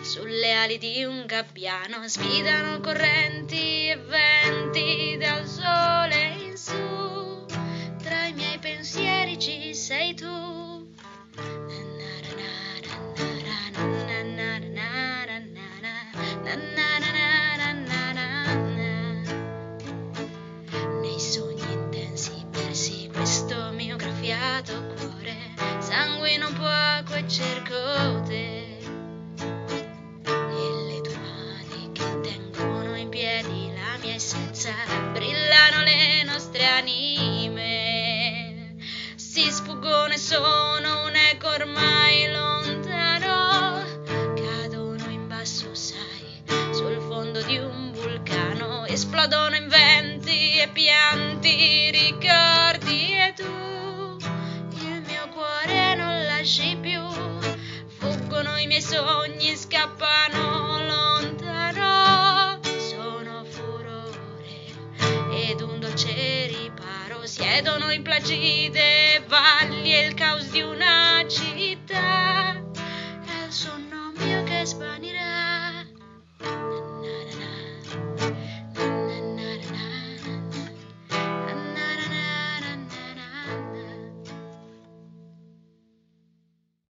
sulle ali di un gabbiano, sfidano correnti e venti dal sole in su, tra i miei pensieri ci sei tu. Nei sogni intensi persi questo mio graffiato cuore, sanguino poco e cerco te, e le tue mani che tengono in piedi la mia essenza, brillano le nostre anime, si sfuggono e sono un'eco ormai lontano, cadono in basso sai, sul fondo di un vulcano, esplodono in venti e pianti, ricordi, e tu il mio cuore non lasci più, fuggono i miei sogni, scappano lontano, sono furore ed un dolce riparo, siedono in placide valli e il caos di